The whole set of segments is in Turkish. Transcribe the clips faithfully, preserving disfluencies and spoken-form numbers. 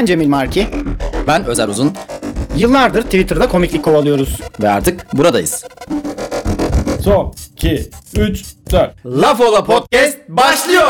Ben Cemil Marki. Ben Özer Uzun. Yıllardır Twitter'da komiklik kovalıyoruz. Ve artık buradayız. Son, iki, üç, dört. Laf Ola Podcast başlıyor.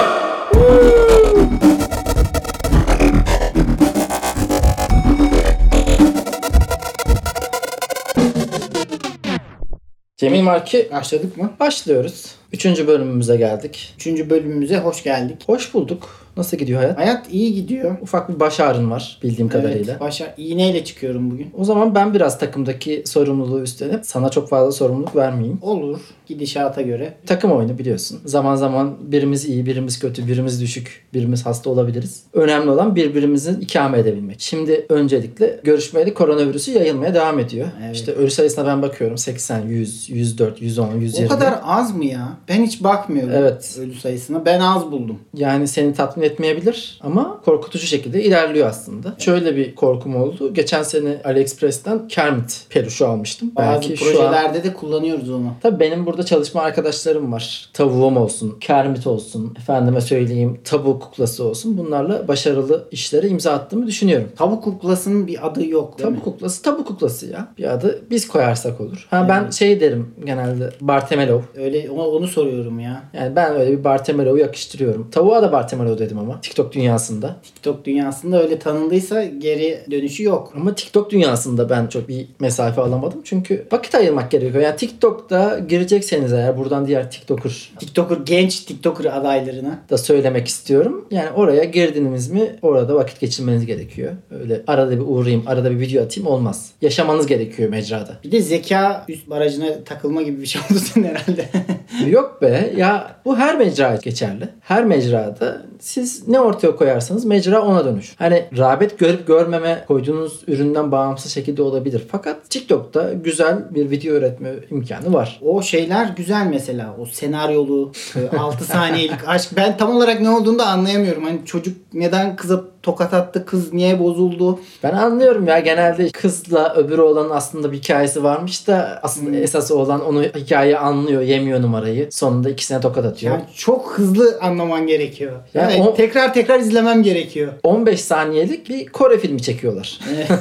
Cemil Marki, Başladık mı? başlıyoruz. Üçüncü bölümümüze geldik. Üçüncü bölümümüze hoş geldik. Hoş bulduk. Nasıl gidiyor hayat? Hayat iyi gidiyor. Ufak bir baş ağrın var bildiğim kadarıyla. Evet, başa iğneyle çıkıyorum bugün. O zaman ben biraz takımdaki sorumluluğu üstlenip sana çok fazla sorumluluk vermeyeyim. Olur, gidişata göre. Takım oyunu biliyorsun. Zaman zaman birimiz iyi, birimiz kötü, birimiz düşük, birimiz hasta olabiliriz. Önemli olan birbirimizi ikame edebilmek. Şimdi öncelikle görüşmeli koronavirüsü yayılmaya devam ediyor. Evet. İşte ölü sayısına ben bakıyorum. seksen, yüz, yüz dört, yüz on, yüz yirmi. O kadar az mı ya? Ben hiç bakmıyorum Evet. ölü sayısına. Ben az buldum. Yani seni tatmin etmeyebilir ama korkutucu şekilde ilerliyor aslında. Şöyle bir korkum oldu. Geçen sene AliExpress'ten Kermit peluşu almıştım. Bazı Belki şu projelerde an... de kullanıyoruz onu. Tabii benim burada çalışma arkadaşlarım var. Tavuğum olsun, Kermit olsun, efendime söyleyeyim tavuk kuklası olsun. Bunlarla başarılı işlere imza attığımı düşünüyorum. Tavuk kuklasının bir adı yok değil Tavuk mi? kuklası, tavuk kuklası ya. Bir adı biz koyarsak olur. Ha ben şey derim genelde Bartemelov. Öyle onu, onu soruyorum ya. Yani ben öyle bir Bartemelov'u yakıştırıyorum. Tavuğa da Bartemelov dedim ama TikTok dünyasında. TikTok dünyasında öyle tanındıysa geri dönüşü yok. Ama TikTok dünyasında ben çok bir mesafe alamadım. Çünkü vakit ayırmak gerekiyor. Yani TikTok'ta girecekseniz eğer buradan diğer TikToker TikToker, genç TikToker adaylarına. da söylemek istiyorum. Yani oraya girdiniz mi orada vakit geçirmeniz gerekiyor. Öyle arada bir uğrayayım, arada bir video atayım olmaz. Yaşamanız gerekiyor mecrada. Bir de zeka üst barajına takılma gibi bir şey oldu senin herhalde. Yok be ya bu her mecra geçerli. Her mecrada siz ne ortaya koyarsanız mecra ona dönüşür. Hani rağbet görüp görmeme koyduğunuz üründen bağımsız şekilde olabilir. Fakat TikTok'ta güzel bir video üretme imkanı var. O şeyler güzel mesela. O senaryolu altı saniyelik aşk. Ben tam olarak ne olduğunu da anlayamıyorum. Hani çocuk neden kıza tokat attı, kız niye bozuldu? Ben anlıyorum ya genelde kızla öbürü olanın aslında bir hikayesi varmış da aslında hmm. esası olan onu hikayeyi anlıyor, yemiyor numarayı. Sonunda ikisine tokat atıyor. Yani çok hızlı anlaman gerekiyor. Yani, Yani o, tekrar tekrar izlemem gerekiyor. on beş saniyelik bir Kore filmi çekiyorlar.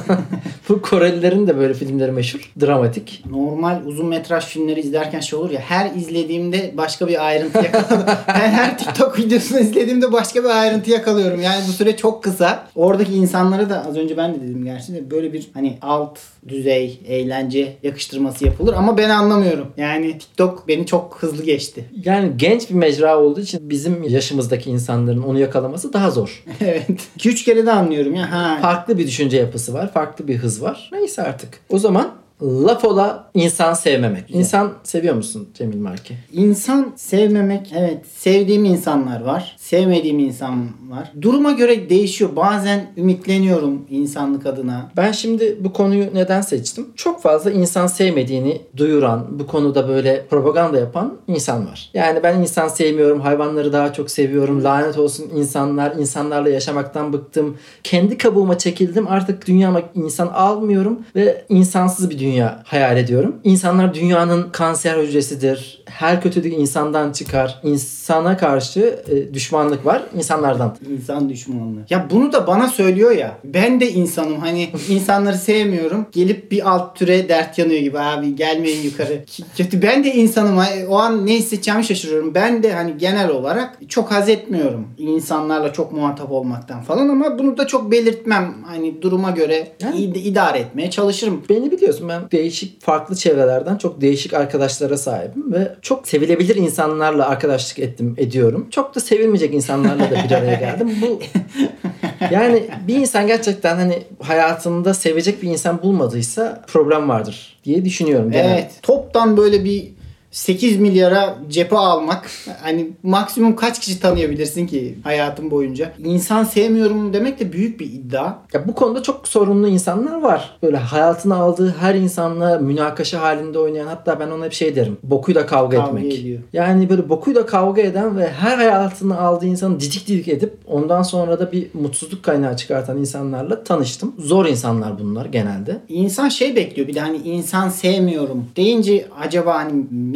Bu Korelilerin de böyle filmleri meşhur. Dramatik. Normal uzun metraj filmleri izlerken şey olur ya, her izlediğimde başka bir ayrıntı yakalıyorum. Ben her TikTok videosunu izlediğimde başka bir ayrıntı yakalıyorum. Yani bu süre çok kısa. Oradaki insanlara da az önce ben de dedim gerçi de böyle bir hani alt düzey eğlence yakıştırması yapılır ama ben anlamıyorum. Yani TikTok beni çok hızlı geçti. Yani genç bir mecra olduğu için bizim yaşımızdaki insanların onu yakalaması daha zor. Evet. iki üç kere de anlıyorum ya. Ha. Farklı bir düşünce yapısı var. Farklı bir hız var. Neyse artık. O zaman laf ola insan sevmemek. Güzel. İnsan seviyor musun Cemil Marki? İnsan sevmemek, evet. Sevdiğim insanlar var. Sevmediğim insan var. Duruma göre değişiyor. Bazen ümitleniyorum insanlık adına. Ben şimdi bu konuyu neden seçtim? Çok fazla insan sevmediğini duyuran, bu konuda böyle propaganda yapan insan var. Yani ben insan sevmiyorum, hayvanları daha çok seviyorum. Lanet olsun insanlar, insanlarla yaşamaktan bıktım. Kendi kabuğuma çekildim. Artık dünyama insan almıyorum ve insansız bir dünya hayal ediyorum. İnsanlar dünyanın kanser hücresidir. Her kötülük insandan çıkar. İnsana karşı e, düşmanlık var insanlardan. İnsan düşmanlığı. Ya bunu da bana söylüyor ya. Ben de insanım. Hani insanları sevmiyorum. Gelip bir alt türe dert yanıyor gibi. Abi gelmeyin yukarı. Kötü. Ben de insanım. O an ne hissedeceğimi şaşırıyorum. Ben de hani genel olarak çok haz etmiyorum. İnsanlarla çok muhatap olmaktan falan ama bunu da çok belirtmem. Hani duruma göre yani, id- idare etmeye çalışırım. Beni biliyorsun ben değişik farklı çevrelerden çok değişik arkadaşlara sahibim ve çok sevilebilir insanlarla arkadaşlık ettim, ediyorum. Çok da sevilmeyecek insanlarla da bir araya geldim. Bu yani bir insan gerçekten hani hayatında sevecek bir insan bulmadıysa problem vardır diye düşünüyorum. Evet. Genel. Toptan böyle bir sekiz milyara cephe almak, hani maksimum kaç kişi tanıyabilirsin ki hayatın boyunca? İnsan sevmiyorum demek de büyük bir iddia. Ya bu konuda çok sorunlu insanlar var. Böyle hayatına aldığı her insanla münakaşa halinde oynayan, hatta ben ona hep şey derim. Bokuyla kavga, kavga etmek. Ediyor. Yani böyle bokuyla kavga eden ve her hayatını aldığı insanı didik didik edip ondan sonra da bir mutsuzluk kaynağı çıkartan insanlarla tanıştım. Zor insanlar bunlar genelde. İnsan şey bekliyor bir de, hani insan sevmiyorum deyince acaba hani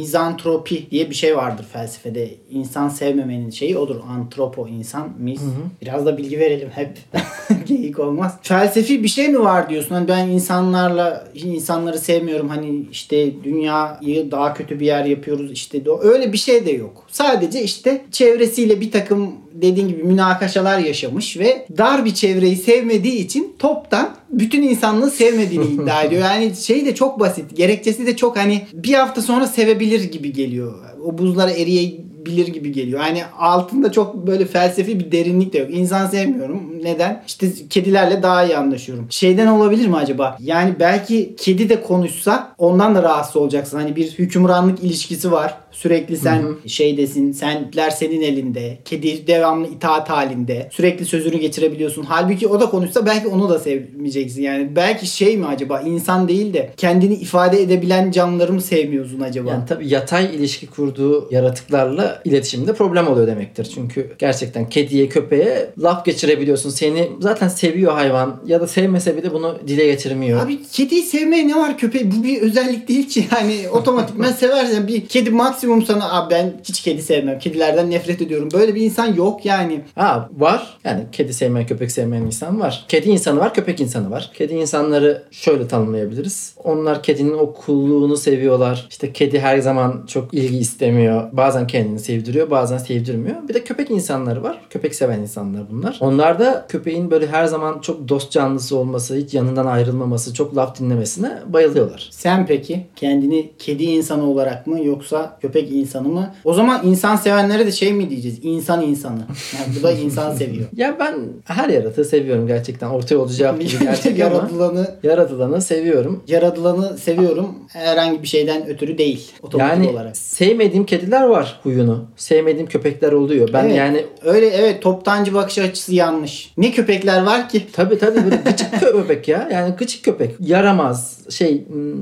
mizantropi diye bir şey vardır felsefede. İnsan sevmemenin şeyi odur. Antropo, insan, miz. Hı hı. Biraz da bilgi verelim hep. Geyik olmaz. Felsefi bir şey mi var diyorsun? Hani ben insanlarla insanları sevmiyorum. Hani işte dünyayı daha kötü bir yer yapıyoruz. İşte öyle bir şey de yok. Sadece işte çevresiyle bir takım dediğin gibi münakaşalar yaşamış ve dar bir çevreyi sevmediği için toptan bütün insanlığı sevmediğini iddia ediyor. Yani şey de çok basit. Gerekçesi de çok hani bir hafta sonra sevebilir gibi geliyor. O buzlara eriyebilir gibi geliyor. Yani altında çok böyle felsefi bir derinlik de yok. İnsan sevmiyorum. Neden? İşte kedilerle daha iyi anlaşıyorum. Şeyden olabilir mi acaba? Yani belki kedi de konuşsa ondan da rahatsız olacaksın. Hani bir hükümranlık ilişkisi var. Sürekli sen hı hı. şeydesin, senler senin elinde, kedi devamlı itaat halinde, sürekli sözünü geçirebiliyorsun. Halbuki o da konuşsa belki onu da sevmeyeceksin. Yani belki şey mi acaba, insan değil de kendini ifade edebilen canlıları mı sevmiyorsun acaba? Yani tabii yatay ilişki kurduğu yaratıklarla iletişimde problem oluyor demektir. Çünkü gerçekten kediye, köpeğe laf geçirebiliyorsun. Seni zaten seviyor hayvan ya da sevmese bile bunu dile getirmiyor. Abi kediyi sevmeye ne var köpeği? Bu bir özellik değil ki. Yani otomatikman seversen bir kedi maksimum sana abi ben hiç kedi sevmem. Kedilerden nefret ediyorum. Böyle bir insan yok yani. Ha var. Yani kedi sevmeyen, köpek sevmeyen insan var. Kedi insanı var, köpek insanı var. Kedi insanları şöyle tanımlayabiliriz. Onlar kedinin o kulluğunu seviyorlar. İşte kedi her zaman çok ilgi istemiyor. Bazen kendini sevdiriyor, bazen sevdirmiyor. Bir de köpek insanları var. Köpek seven insanlar bunlar. Onlar da köpeğin böyle her zaman çok dost canlısı olması, hiç yanından ayrılmaması, çok laf dinlemesine bayılıyorlar. Sen peki kendini kedi insanı olarak mı yoksa köpek insanı mı? O zaman insan sevenlere de şey mi diyeceğiz? İnsan insanı. Yani bu da insan seviyor. Ya ben her yaratığı seviyorum gerçekten. Orta yolcu cevap gibi gerçekten yaratılanı, yaratılanı seviyorum. Yaratılanı seviyorum. Herhangi bir şeyden ötürü değil. Otomatik yani olarak. Sevmediğim kediler var huyunu. Sevmediğim köpekler oluyor. Ben evet, yani öyle evet toptancı bakış açısı yanlış. Ne köpekler var ki? Tabii tabii böyle gıcık köpek ya. Yani gıcık köpek. Yaramaz. Şey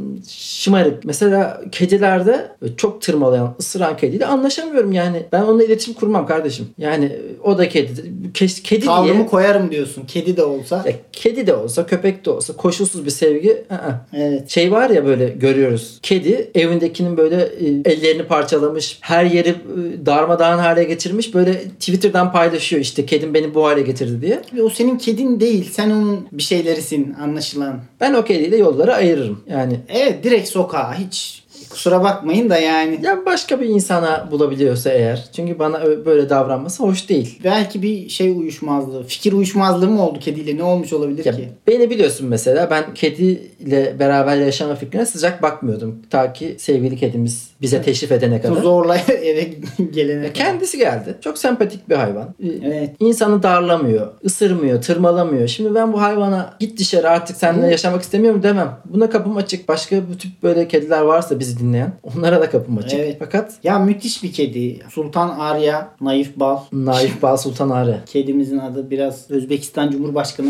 şımarık. Mesela kedilerde çok tırmalayan, ısıran kediyle anlaşamıyorum yani. Ben onunla iletişim kurmam kardeşim. Yani o da kedi. Kedi Tavrımı diye. koyarım diyorsun. Kedi de olsa. Ya, kedi de olsa, köpek de olsa koşulsuz bir sevgi. Aa. Evet. Şey var ya böyle görüyoruz. Kedi evindekinin böyle ellerini parçalamış, her yeri darmadağın hale getirmiş. Böyle Twitter'dan paylaşıyor işte kedim beni bu hale getirdi diye. Ve o senin kedin değil. Sen onun bir şeylerisin anlaşılan. Ben o kediyle yolları ayırırım. Yani evet direkt sokağa hiç kusura bakmayın da yani. Ya başka bir insana bulabiliyorsa eğer. Çünkü bana böyle davranması hoş değil. Belki bir şey uyuşmazlığı, fikir uyuşmazlığı mı oldu kediyle? Ne olmuş olabilir ya ki? Beni biliyorsun mesela ben kediyle beraber yaşama fikrine sıcak bakmıyordum. Ta ki sevgili kedimiz bize teşrif edene kadar. Zorla eve gelene kadar. Kendisi geldi. Çok sempatik bir hayvan. Evet. İnsanı darlamıyor, ısırmıyor, tırmalamıyor. Şimdi ben bu hayvana git dışarı artık seninle yaşamak istemiyorum demem. Buna kapım açık. Başka bu tip böyle kediler varsa bizi dinleyen onlara da kapım açık. Evet. Fakat ya müthiş bir kedi. Sultan Arya, Naif Bal. Naif Bal Sultan Arya. Kedimizin adı biraz Özbekistan Cumhurbaşkanı.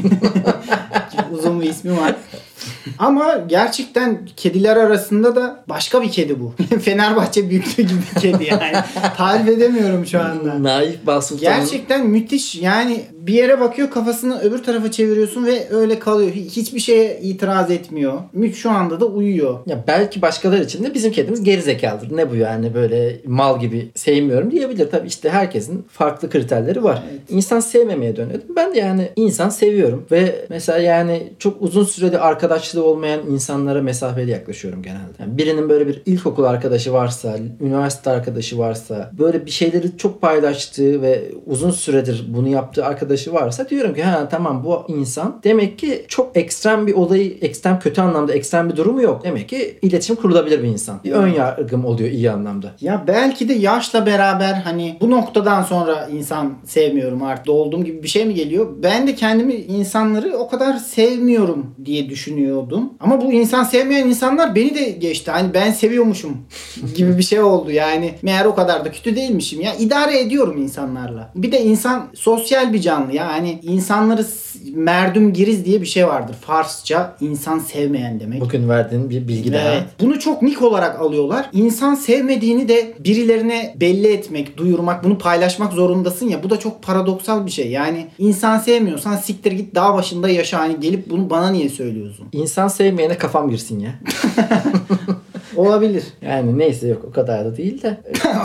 Uzun bir ismi var. Ama gerçekten kediler arasında da başka bir kedi bu. Fenerbahçe büyüklüğü gibi bir kedi yani. Tarif edemiyorum şu anda. Naif Bal Sultan. Gerçekten müthiş. Yani bir yere bakıyor kafasını öbür tarafa çeviriyorsun ve öyle kalıyor. Hiçbir şeye itiraz etmiyor. Şu anda da uyuyor. Ya belki başkaları için de bizim kedimiz gerizekalıdır. Ne bu yani böyle mal gibi sevmiyorum diyebilir. Tabii işte herkesin farklı kriterleri var. Evet. İnsan sevmemeye dönüyordum. Ben de yani insan seviyorum ve mesela yani çok uzun süreli arkadaşlığı olmayan insanlara mesafeli yaklaşıyorum genelde. Yani birinin böyle bir ilkokul arkadaşı varsa, üniversite arkadaşı varsa, böyle bir şeyleri çok paylaştığı ve uzun süredir bunu yaptığı arkadaşı varsa diyorum ki ha tamam bu insan demek ki çok ekstrem bir olayı, ekstrem kötü anlamda ekstrem bir durumu yok. Demek ki iletişim kurulabilir bir insan. Bir ön yargım oluyor iyi anlamda. Ya belki de yaşla beraber hani bu noktadan sonra insan sevmiyorum artık doldum gibi bir şey mi geliyor? Ben de kendimi insanları o kadar sevmiyorum diye düşünüyordum. Ama bu insan sevmeyen insanlar beni de geçti. Hani ben seviyormuşum gibi bir şey oldu. Yani meğer o kadar da kötü değilmişim. Ya idare ediyorum insanlarla. Bir de insan sosyal bir canlı ya. Hani insanları merdum giriz diye bir şey vardır. Farsça insan sevmeyen demek. Bugün verdiğin bir bilgi daha. Evet. Bunu çok nik olarak alıyorlar. İnsan sevmediğini de birilerine belli etmek, duyurmak, bunu paylaşmak zorundasın ya. Bu da çok paradoksal bir şey. Yani insan sevmiyorsan siktir git dağ başında yaşa. Hani gelip bunu bana niye söylüyorsun? İnsan sevmeyene kafam girsin ya. Olabilir. Yani neyse yok o kadar da değil de.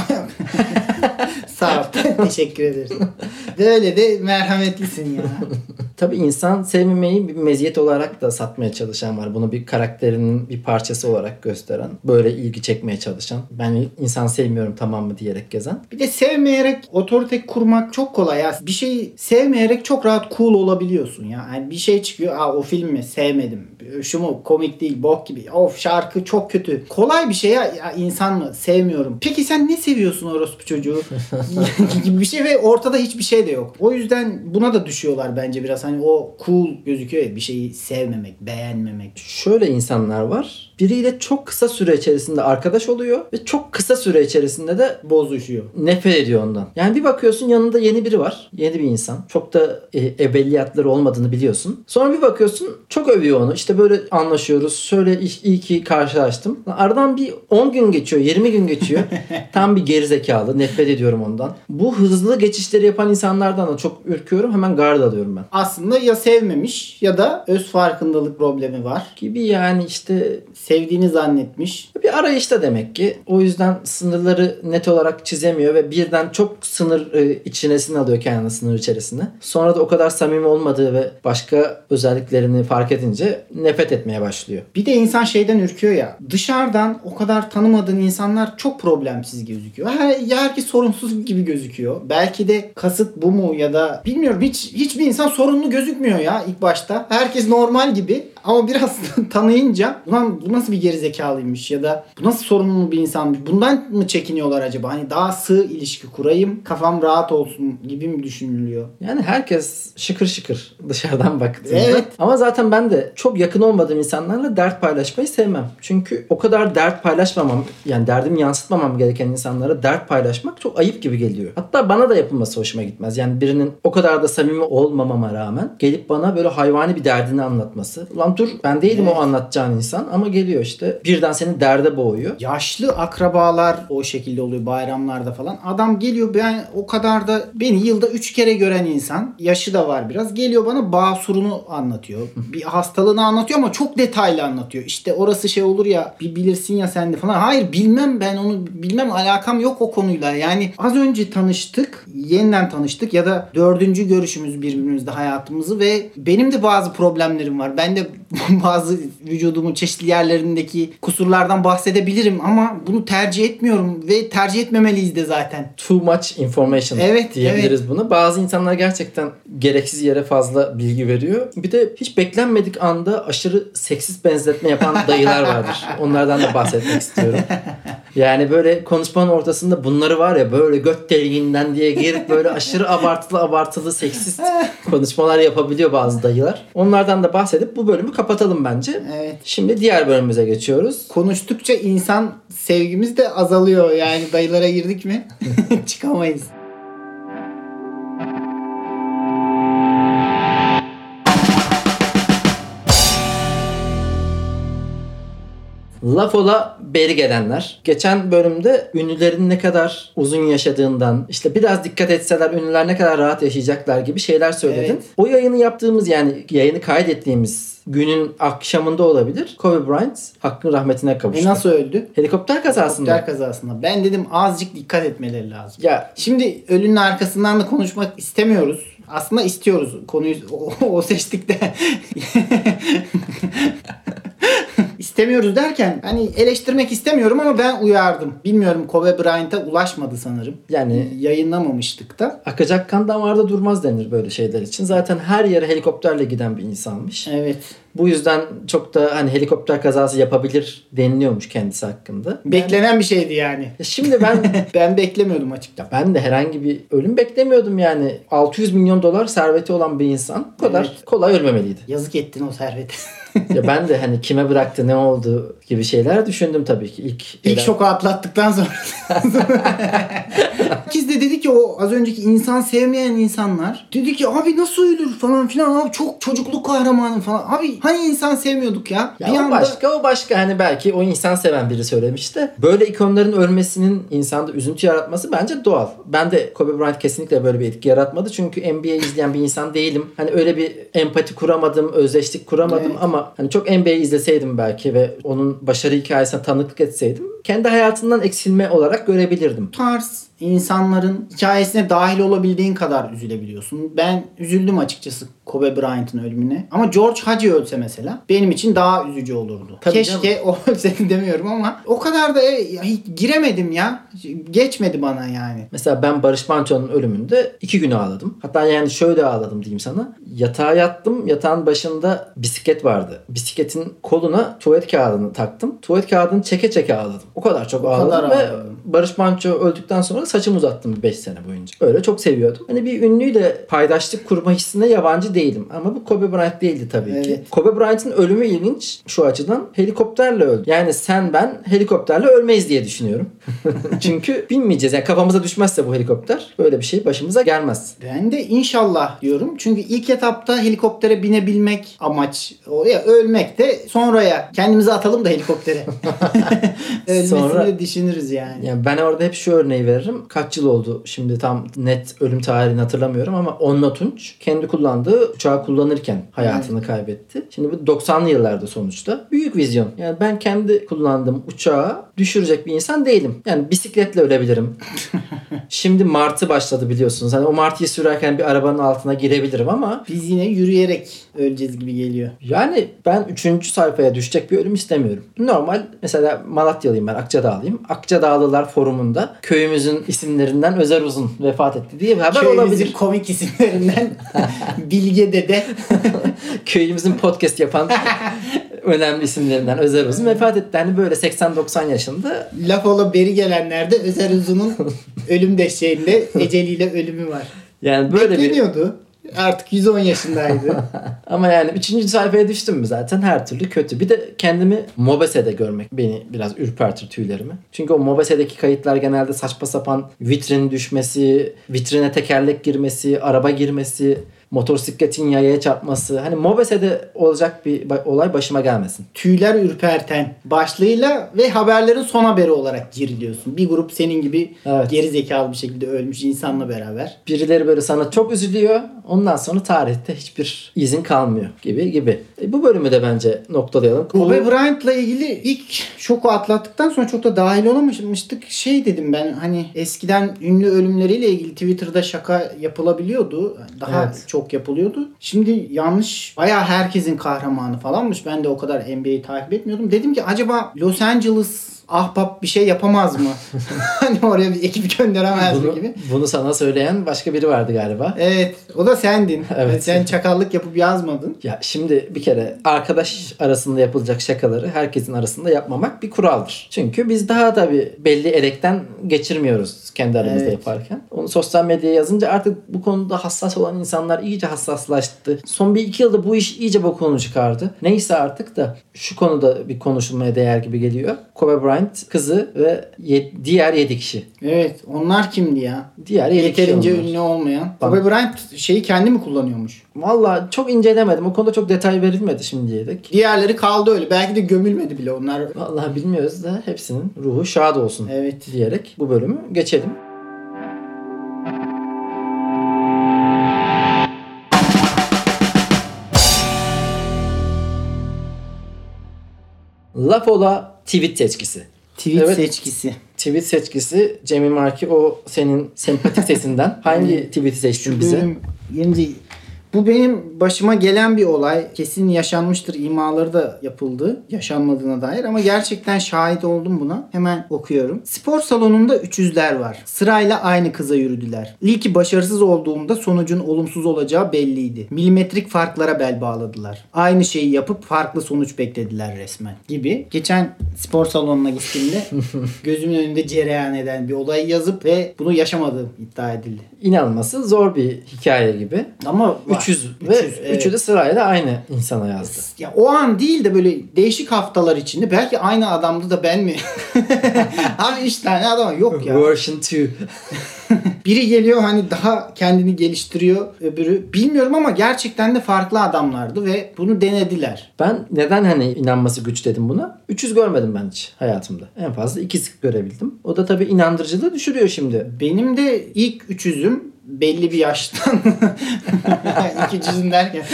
Sağ ol. Teşekkür ederiz. Böyle de merhametlisin ya. Tabii insan sevmemeyi bir meziyet olarak da satmaya çalışan var. Bunu bir karakterinin bir parçası olarak gösteren, böyle ilgi çekmeye çalışan, ben insan sevmiyorum tamam mı diyerek gezen. Bir de sevmeyerek otorite kurmak çok kolay ya. Bir şeyi sevmeyerek çok rahat cool olabiliyorsun ya. Yani bir şey çıkıyor. Aa o film mi? Sevmedim. Şu mu? Komik değil. Bok gibi. Of şarkı çok kötü. Kolay bir şey ya. Ya insan mı? Sevmiyorum. Peki sen ne seviyorsun orospu çocuğu? gibi bir şey ve ortada hiçbir şey de yok. O yüzden buna da düşüyorlar bence biraz. Hani o cool gözüküyor ya bir şeyi sevmemek, beğenmemek. Şöyle insanlar var. Biriyle çok kısa süre içerisinde arkadaş oluyor ve çok kısa süre içerisinde de Bozuşuyor. nefret ediyor ondan. Yani bir bakıyorsun yanında yeni biri var. Yeni bir insan. Çok da e, ebelliyatları olmadığını biliyorsun. Sonra bir bakıyorsun çok övüyor onu. İşte böyle anlaşıyoruz. Şöyle iyi ki karşılaştım. Aradan bir on gün geçiyor. yirmi gün geçiyor. Tam bir gerizekalı. Nefret ediyorum ondan. Bu hızlı geçişleri yapan insanlardan da çok ürküyorum. Hemen gard alıyorum ben. Aslında ya sevmemiş ya da öz farkındalık problemi var. Gibi yani işte Sevdiğini zannetmiş. bir arayışta demek ki. O yüzden sınırları net olarak çizemiyor ve birden çok sınır e, içine alıyor kendini sınır içerisine. Sonra da o kadar samimi olmadığı ve başka özelliklerini fark edince nefret etmeye başlıyor. Bir de insan şeyden ürküyor ya. Dışarıdan o kadar tanımadığın insanlar çok problemsiz gözüküyor. Her, ya herkes sorunsuz gibi gözüküyor. Belki de kasıt bu mu ya da bilmiyorum. Hiç hiçbir insan sorunlu gözükmüyor ya ilk başta. Herkes normal gibi ama biraz tanıyınca ulan bu nasıl bir gerizekalıymış ya da bu nasıl sorunlu bir insanmış. Bundan mı çekiniyorlar acaba? Hani daha sığ ilişki kurayım, kafam rahat olsun gibi mi düşünülüyor? Yani herkes şıkır şıkır dışarıdan baktığında. Evet. Ama zaten ben de çok yakın olmadığım insanlarla dert paylaşmayı sevmem. Çünkü o kadar dert paylaşmamam, yani derdimi yansıtmamam gereken insanlara dert paylaşmak çok ayıp gibi geliyor. Hatta bana da yapılması hoşuma gitmez. Yani birinin o kadar da samimi olmamama rağmen gelip bana böyle hayvani bir derdini anlatması. Ulan dur ben değilim Evet. o anlatacağın insan ama geliyor işte birden seni derde boğuyor. Yaşlı akrabalar o şekilde oluyor bayramlarda falan. Adam geliyor ben o kadar da beni yılda üç kere gören insan. Yaşı da var biraz. Geliyor bana basurunu anlatıyor. Bir hastalığını anlatıyor ama çok detaylı anlatıyor. İşte orası şey olur ya bir bilirsin ya sen de falan. Hayır bilmem ben onu bilmem alakam yok o konuyla. Yani az önce tanıştık. Yeniden tanıştık ya da dördüncü görüşümüz birbirimizde hayatımızı ve benim de bazı problemlerim var. Ben de bazı vücudumun çeşitli yerlerindeki kusurlardan bahsedebilirim ama bunu tercih etmiyorum ve tercih etmemeliyiz de zaten. Too much information Evet, diyebiliriz evet. bunu. Bazı insanlar gerçekten gereksiz yere fazla bilgi veriyor. Bir de hiç beklenmedik anda aşırı seksist benzetme yapan dayılar vardır. Onlardan da bahsetmek istiyorum. Yani böyle konuşmanın ortasında bunları var ya böyle göt deliğinden diye girip böyle aşırı abartılı abartılı seksist konuşmalar yapabiliyor bazı dayılar. Onlardan da bahsedip bu bölümü kapatalım bence. Evet. Şimdi diğer bölümümüze geçiyoruz. Konuştukça insan sevgimiz de azalıyor. Yani dayılara girdik mi çıkamayız. Laf ola beri gelenler. Geçen bölümde ünlülerin ne kadar uzun yaşadığından, işte biraz dikkat etseler ünlüler ne kadar rahat yaşayacaklar gibi şeyler söyledin. Evet. O yayını yaptığımız yani yayını kaydettiğimiz günün akşamında olabilir. Kobe Bryant hakkın rahmetine kavuştu. E nasıl öldü? Helikopter kazasında. Helikopter kazasında. Ben dedim azıcık dikkat etmeleri lazım. Ya Şimdi ölünün arkasından da konuşmak istemiyoruz. Aslında istiyoruz. Konuyu o, o seçtik de. İstemiyoruz derken hani eleştirmek istemiyorum ama ben uyardım. Bilmiyorum Kobe Bryant'a ulaşmadı sanırım. yani Yayınlamamıştık da. akacak kan damarda durmaz denir böyle şeyler için. Zaten her yere helikopterle giden bir insanmış. Evet. Bu yüzden çok da hani helikopter kazası yapabilir deniliyormuş kendisi hakkında. Beklenen bir şeydi yani. Ya şimdi ben Ben beklemiyordum açıkçası. ben de herhangi bir ölüm beklemiyordum yani. altı yüz milyon dolar serveti olan bir insan bu kadar Evet. kolay ölmemeliydi. Yazık ettin o servete. Ya ben de hani kime bıraktı ne oldu gibi şeyler düşündüm tabii ki. İlk İlk şoku atlattıktan sonra. İkiz de dedi ki o az önceki insan sevmeyen insanlar. Dedi ki abi nasıl ölür falan filan. Abi çok çocukluk kahramanı falan. Abi hani insan sevmiyorduk ya. Ya bir o anda... başka o başka hani belki o insan seven biri söylemiş de böyle ikonların ölmesinin insanda üzüntü yaratması bence doğal. Ben de Kobe Bryant kesinlikle böyle bir etki yaratmadı. Çünkü N B A izleyen bir insan değilim. Hani öyle bir empati kuramadım, özdeşlik kuramadım Evet. ama hani çok N B A izleseydim belki ve onun başarı hikayesine tanıklık etseydim kendi hayatından eksilme olarak görebilirdim. Bu tarz insanların hikayesine dahil olabildiğin kadar üzülebiliyorsun. Ben üzüldüm açıkçası Kobe Bryant'ın ölümüne. Ama George Hagi ölse mesela benim için daha üzücü olurdu. Tabii Keşke o ölseydi demiyorum ama o kadar da e, hiç giremedim ya. Geçmedi bana yani. Mesela ben Barış Manço'nun ölümünde iki gün ağladım. Hatta yani şöyle ağladım diyeyim sana. Yatağa yattım. Yatağın başında bisiklet vardı. Bisikletin koluna tuvalet kağıdını taktım. Tuvalet kağıdını çeke çeke ağladım. O kadar çok ağladım kadar ve ağladım. Barış Manço öldükten sonra saçımı uzattım beş sene boyunca. Öyle çok seviyordum. Hani bir ünlüyle paydaşlık kurma hissine yabancı değilim. Ama bu Kobe Bryant değildi tabii ki. Evet. Kobe Bryant'ın ölümü ilginç şu açıdan. Helikopterle öldü. Yani sen ben helikopterle ölmeyiz diye düşünüyorum. Çünkü bilmeyeceğiz. Yani kafamıza düşmezse bu helikopter böyle bir şey başımıza gelmez. Ben de inşallah diyorum. Çünkü ilk etapta helikoptere binebilmek amaç. O ya ölmek de sonraya kendimizi atalım da helikoptere. Ölmesini Sonra- de düşünürüz yani. Yani ben orada hep şu örneği veririm. Kaç yıl oldu şimdi tam net ölüm tarihini hatırlamıyorum ama Onno Tunç kendi kullandığı uçağı kullanırken hayatını kaybetti. Şimdi bu doksanlı yıllarda sonuçta. Büyük vizyon. Yani ben kendi kullandığım uçağı düşürecek bir insan değilim. Yani bisikletle ölebilirim. Şimdi martı başladı biliyorsunuz. Hani o martıyı sürerken bir arabanın altına girebilirim ama Biz yine yürüyerek öleceğiz gibi geliyor. yani ben üçüncü sayfaya düşecek bir ölüm istemiyorum. Normal mesela Malatyalıyım ben, Akçadağlıyım. Akçadağlılar forumunda köyümüzün isimlerinden Özer Uzun vefat etti diye bir haber Köyümüzün olabilir. komik isimlerinden Bilge Dede. Köyümüzün podcast yapan önemli isimlerinden Özer Uzun vefat etti. Hani böyle seksen doksan yaşında. Laf ola beri gelenlerde Özer Uzun'un ölüm dehşeğinde eceliyle ölümü var. Yani böyle bir Bekleniyordu. Artık yüz on yaşındaydı. ama yani üçüncü sayfaya düştüm mü zaten her türlü kötü. Bir de kendimi Mobese'de görmek beni biraz ürpertir tüylerimi. Çünkü o Mobese'deki kayıtlar genelde saçma sapan vitrin düşmesi, vitrine tekerlek girmesi, araba girmesi, motosikletin yayaya çarpması. Hani Mobese'de olacak bir ba- olay başıma gelmesin. Tüyler ürperten başlığıyla ve haberlerin son haberi olarak giriliyorsun. Bir grup senin gibi Evet. geri zekalı bir şekilde ölmüş insanla beraber. Birileri böyle sana çok üzülüyor. Ondan sonra tarihte hiçbir izin kalmıyor gibi gibi. E, bu bölümü de bence noktalayalım. Kobe Bryant'la ilgili ilk şoku atlattıktan sonra çok da dahil olamamıştık. Şey dedim ben hani eskiden ünlü ölümleriyle ilgili Twitter'da şaka yapılabiliyordu. Daha Evet. çok yapılıyordu. Şimdi yanlış bayağı herkesin kahramanı falanmış. Ben de o kadar N B A'yi takip etmiyordum. Dedim ki acaba Los Angeles ahbap bir şey yapamaz mı? Hani oraya bir ekip gönderemez mi bunu, gibi. bunu sana söyleyen başka biri vardı galiba. Evet. O da sendin. Evet. Sen çakallık yapıp yazmadın. Ya şimdi bir kere arkadaş arasında yapılacak şakaları herkesin arasında yapmamak bir kuraldır. Çünkü biz daha da bir belli elekten geçirmiyoruz kendi aramızda Evet. yaparken. Onu sosyal medyaya yazınca artık bu konuda hassas olan insanlar iyice hassaslaştı. Son bir iki yılda bu iş iyice bokunu çıkardı. Neyse artık da şu konuda bir konuşulmaya değer gibi geliyor. Kobe Bryant kızı ve ye- diğer yedi kişi. Evet. Onlar kimdi ya? Diğer yedi kişi Yeterince onlar. ünlü olmayan. Tamam. Kobe Bryant şeyi kendi mi kullanıyormuş? Valla çok incelemedim. O konuda çok detay verilmedi şimdiye dek. Diğerleri kaldı öyle. Belki de gömülmedi bile onlar. Vallahi bilmiyoruz da hepsinin ruhu şad olsun Evet. diyerek bu bölümü geçelim. Laf ola tweet seçkisi. Tweet Evet. seçkisi. Tweet seçkisi Cemil Marki o senin sempatik sesinden hangi tweet'i seçtin bize? Bölüm gelince bu benim başıma gelen bir olay. Kesin yaşanmıştır imaları da yapıldı. Yaşanmadığına dair ama gerçekten şahit oldum buna. Hemen okuyorum. Spor salonunda üçüzler var. Sırayla aynı kıza yürüdüler. İlki başarısız olduğunda sonucun olumsuz olacağı belliydi. Milimetrik farklara bel bağladılar. Aynı şeyi yapıp farklı sonuç beklediler resmen. Gibi. Geçen spor salonuna gittiğimde gözümün önünde cereyan eden bir olay yazıp ve bunu yaşamadığım iddia edildi. İnanması zor bir hikaye gibi. Ama üç yüz ve üç yüz, evet. üçü de sırayla aynı insana yazdı. Ya o an değil de böyle değişik haftalar içinde belki aynı adamdı da ben mi? Abi üç tane adam yok ya. Version iki. Biri geliyor hani daha kendini geliştiriyor, öbürü bilmiyorum ama gerçekten de farklı adamlardı ve bunu denediler. Ben neden hani inanması güç dedim buna? üç yüz görmedim ben hiç hayatımda. En fazla ikisi görebildim. O da tabii inandırıcılığı düşürüyor şimdi. Benim de ilk üç yüzüm belli bir yaştan iki yüzüm derken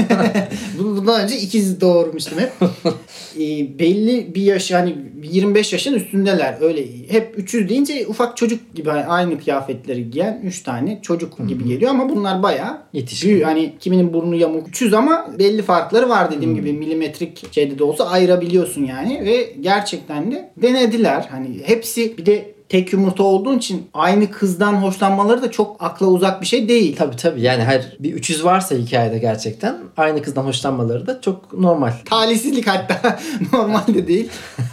bundan önce ikiz doğurmuştum hep. E, belli bir yaş yani yirmi beş yaşın üstündeler. Öyle hep üç yüz deyince ufak çocuk gibi aynı kıyafetleri giyen üç tane çocuk gibi geliyor ama bunlar bayağı yetişkin. büyük. Hani kiminin burnu yamuk üç yüz ama belli farkları var dediğim hmm. gibi milimetrik şeyde de olsa ayırabiliyorsun yani ve gerçekten de denediler. Hani hepsi bir de tek yumurta olduğun için aynı kızdan hoşlanmaları da çok akla uzak bir şey değil. Tabii tabii. Yani her bir üç yüz varsa hikayede gerçekten aynı kızdan hoşlanmaları da çok normal. Talihsizlik hatta normal de değil.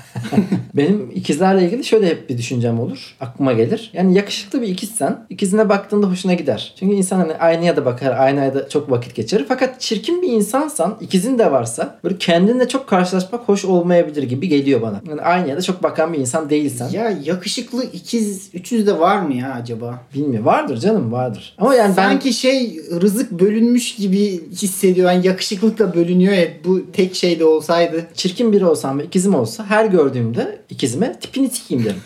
Benim ikizlerle ilgili şöyle hep bir düşüncem olur. Aklıma gelir. Yani yakışıklı bir ikizsen ikizine baktığında hoşuna gider. Çünkü insan hani aynaya da bakar. Aynaya da çok vakit geçirir. Fakat çirkin bir insansan ikizin de varsa böyle kendinle çok karşılaşmak hoş olmayabilir gibi geliyor bana. Yani aynaya da çok bakan bir insan değilsen. Ya yakışıklı ikiz üç yüz de var mı ya acaba? Bilmiyorum. Vardır canım vardır. Ama yani ben... Sanki şey rızık bölünmüş gibi hissediyor. Yani yakışıklık da bölünüyor ya. Bu tek şey de olsaydı. Çirkin biri olsam ve ikizim olsa her gördüğümde ikizime tipini sikeyim derim.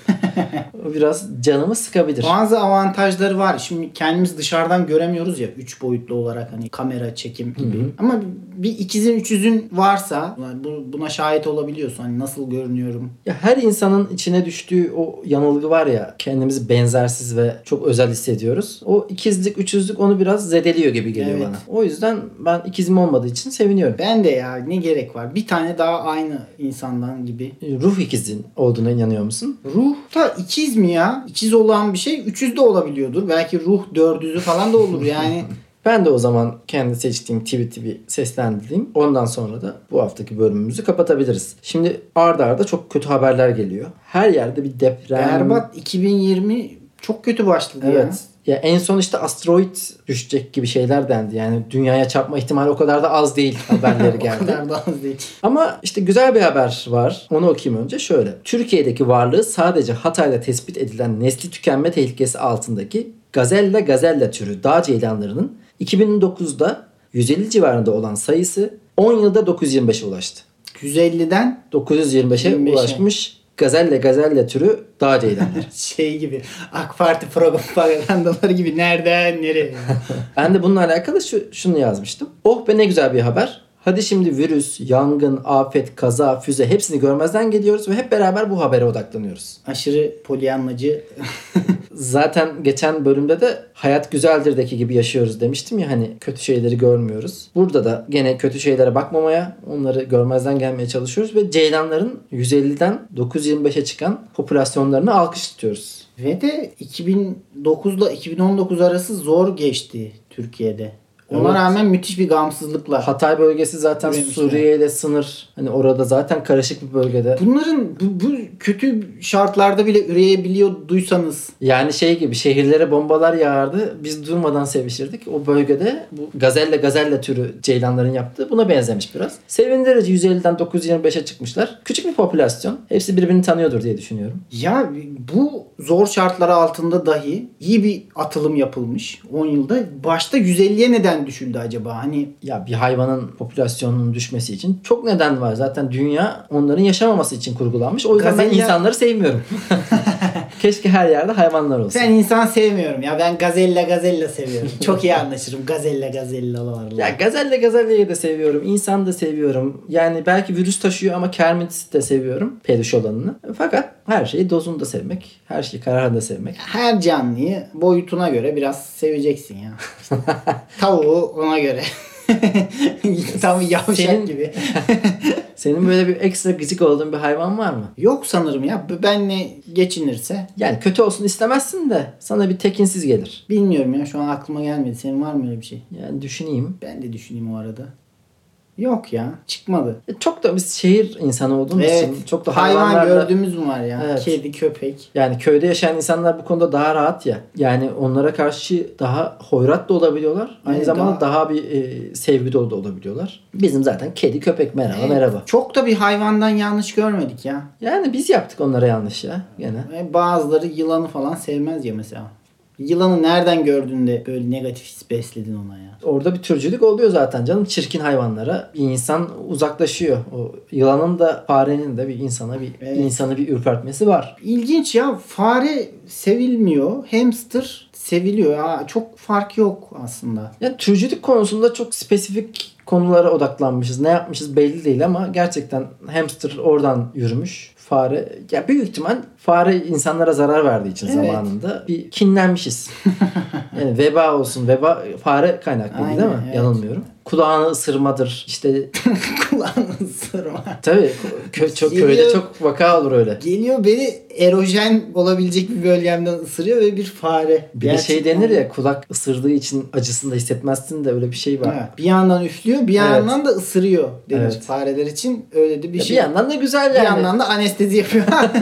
O biraz canımı sıkabilir. Bazı avantajları var. Şimdi kendimiz dışarıdan göremiyoruz ya üç boyutlu olarak hani kamera çekim gibi. Hı-hı. Ama bir ikizin üç yüzün varsa buna şahit olabiliyorsun. Hani nasıl görünüyorum. Ya her insanın içine düştüğü o yanılgı var ya kendimizi benzersiz ve çok özel hissediyoruz. O ikizlik, üçüzlük onu biraz zedeliyor gibi geliyor evet. bana. O yüzden ben ikizim olmadığı için seviniyorum. Ben de ya ne gerek var? Bir tane daha aynı insandan gibi. Ruh ikizin olduğuna inanıyor musun? Ruh da ikiz mi ya? İkiz olan bir şey üç yüz de olabiliyordur. Belki ruh dört yüzü falan da olur yani. Ben de o zaman kendi seçtiğim tweet'i bir seslendireyim. Ondan sonra da bu haftaki bölümümüzü kapatabiliriz. Şimdi arda arda çok kötü haberler geliyor. Her yerde bir deprem. Berbat iki bin yirmi çok kötü başladı evet. ya. Ya en son işte asteroid düşecek gibi şeyler dendi. Yani dünyaya çarpma ihtimali o kadar da az değil haberleri geldi. O kadar da az değil. Ama işte güzel bir haber var. Onu okuyayım önce şöyle. Türkiye'deki varlığı sadece Hatay'da tespit edilen nesli tükenme tehlikesi altındaki Gazella gazella türü dağ ceylanlarının iki bin dokuzda yüz elli civarında olan sayısı on yılda dokuz yüz yirmi beşe ulaştı. yüz elliden dokuz yüz yirmi beşe ulaşmış. Gazelle gazelle türü dağ ceylanları. Şey gibi AK Parti propagandaları gibi nereden nereye? Ben de bununla alakalı şu, şunu yazmıştım. Oh be ne güzel bir haber. Hadi şimdi virüs, yangın, afet, kaza, füze hepsini görmezden geliyoruz ve hep beraber bu habere odaklanıyoruz. Aşırı polyanlacı. Zaten geçen bölümde de hayat güzeldir'deki gibi yaşıyoruz demiştim ya hani kötü şeyleri görmüyoruz. Burada da gene kötü şeylere bakmamaya, onları görmezden gelmeye çalışıyoruz ve ceylanların yüz elliden dokuz yüz yirmi beşe çıkan popülasyonlarını alkışlıyoruz. Ve de iki bin dokuzla iki bin on dokuz arası zor geçti Türkiye'de. Ona evet. rağmen müthiş bir gamsızlıkla. Hatay bölgesi zaten Suriye ile sınır. Hani orada zaten karışık bir bölgede. Bunların bu, bu kötü şartlarda bile üreyebiliyorduysanız. Yani şey gibi şehirlere bombalar yağardı. Biz durmadan sevişirdik. O bölgede bu gazelle gazelle türü ceylanların yaptığı buna benzemiş biraz. Sevindirici yüz elliden dokuz yüz yirmi beşe çıkmışlar. Küçük bir popülasyon. Hepsi birbirini tanıyordur diye düşünüyorum. Ya bu zor şartlar altında dahi iyi bir atılım yapılmış on yılda. Başta yüz elliye neden düşüldü acaba? Hani ya bir hayvanın popülasyonunun düşmesi için çok neden var. Zaten dünya onların yaşamaması için kurgulanmış. O yüzden Gazella... ben insanları sevmiyorum. Keşke her yerde hayvanlar olsun. Ben insan sevmiyorum ya. Ben gazella gazella seviyorum. Çok iyi anlaşırım gazella gazellalarla. Ya gazelle gazelleyi de seviyorum. İnsan da seviyorum. Yani belki virüs taşıyor ama kermit de seviyorum. Peluş olanını. Fakat her şeyi dozunda sevmek. Her şeyi kararında sevmek. Her canlıyı boyutuna göre biraz seveceksin ya. Tavuğu ona göre. Tam yavşak senin, gibi. Senin böyle bir ekstra gıcık olduğun bir hayvan var mı? Yok sanırım ya. Benle geçinirse. Yani kötü olsun istemezsin de sana bir tekinsiz gelir. Bilmiyorum ya. Şu an aklıma gelmedi. Senin var mı öyle bir şey? Yani düşüneyim. Ben de düşüneyim o arada. Yok ya, çıkmadı. E, Çok da biz şehir insanı olduğumuz Evet. için çok da hayvan hayvanlarla... gördüğümüz mü var ya? Evet. Kedi, köpek. Yani köyde yaşayan insanlar bu konuda daha rahat ya. Yani onlara karşı daha hoyrat da olabiliyorlar. Aynı Evet, zamanda daha- daha, bir e, sevgi dolu da olabiliyorlar. Bizim zaten kedi, köpek merhaba Evet. merhaba. Çok da bir hayvandan yanlış görmedik ya. Yani biz yaptık onlara yanlış ya gene. Ve bazıları yılanı falan sevmez ya mesela. Yılanı nereden gördüğünde böyle negatif his besledin ona ya. Orada bir türcülük oluyor zaten canım. Çirkin hayvanlara bir insan uzaklaşıyor. O yılanın da farenin de bir insana bir Evet. insanı bir ürpertmesi var. İlginç ya, fare sevilmiyor. Hamster seviliyor. Ya, çok fark yok aslında. Yani türcülük konusunda çok spesifik konulara odaklanmışız. Ne yapmışız belli değil ama gerçekten hamster oradan yürümüş. Fare, ya büyük ihtimal fare insanlara zarar verdiği için Evet. zamanında bir kinlenmişiz. Yani veba olsun. Veba fare kaynaklıydı Aynen, değil mi? evet. Yanılmıyorum. Kulağını ısırmadır. İşte Kulağını ısırma. tabii kö, çok, Geliyor. köyde çok vaka olur öyle. Geliyor beni erojen olabilecek bir bölgemden ısırıyor ve bir fare. Bir de şey denir ya, kulak ısırdığı için acısını da hissetmezsin de öyle bir şey var. Ha, bir yandan üflüyor, bir yandan da ısırıyor denir Evet. fareler için. Öyle de bir Ya şey. bir yandan da güzel Bir yani. yandan da anestezi yapıyor.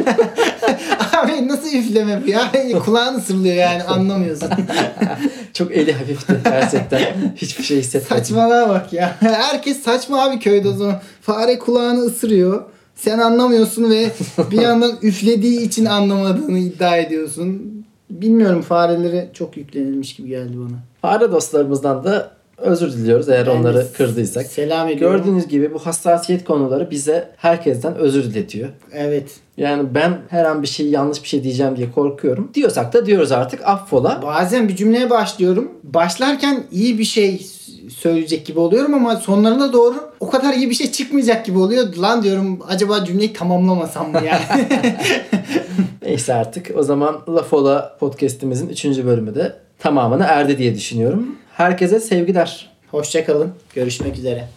Abi nasıl üfleme bu ya? Kulağın ısırılıyor yani, anlamıyorsun. Çok eli hafifti gerçekten. Hiçbir şey hissetmedim. Saçmalığa bak ya. Herkes saçma abi köyde o zaman. Fare kulağını ısırıyor. Sen anlamıyorsun ve bir yandan üflediği için anlamadığını iddia ediyorsun. Bilmiyorum, farelere çok yüklenilmiş gibi geldi bana. Fare dostlarımızdan da özür diliyoruz eğer Ben de onları kırdıysak. Selam ediyorum. Gördüğünüz gibi bu hassasiyet konuları bize herkesten özür diletiyor. Evet. Yani ben her an bir şey yanlış bir şey diyeceğim diye korkuyorum. Diyorsak da diyoruz artık, affola. Bazen bir cümleye başlıyorum. Başlarken iyi bir şey söyleyecek gibi oluyorum ama sonlarına doğru o kadar iyi bir şey çıkmayacak gibi oluyor. Lan diyorum, acaba cümleyi tamamlamasam mı yani? Neyse artık o zaman Lafola podcast'imizin üçüncü bölümü de tamamına erdi diye düşünüyorum. Herkese sevgiler. Hoşça kalın. Görüşmek üzere.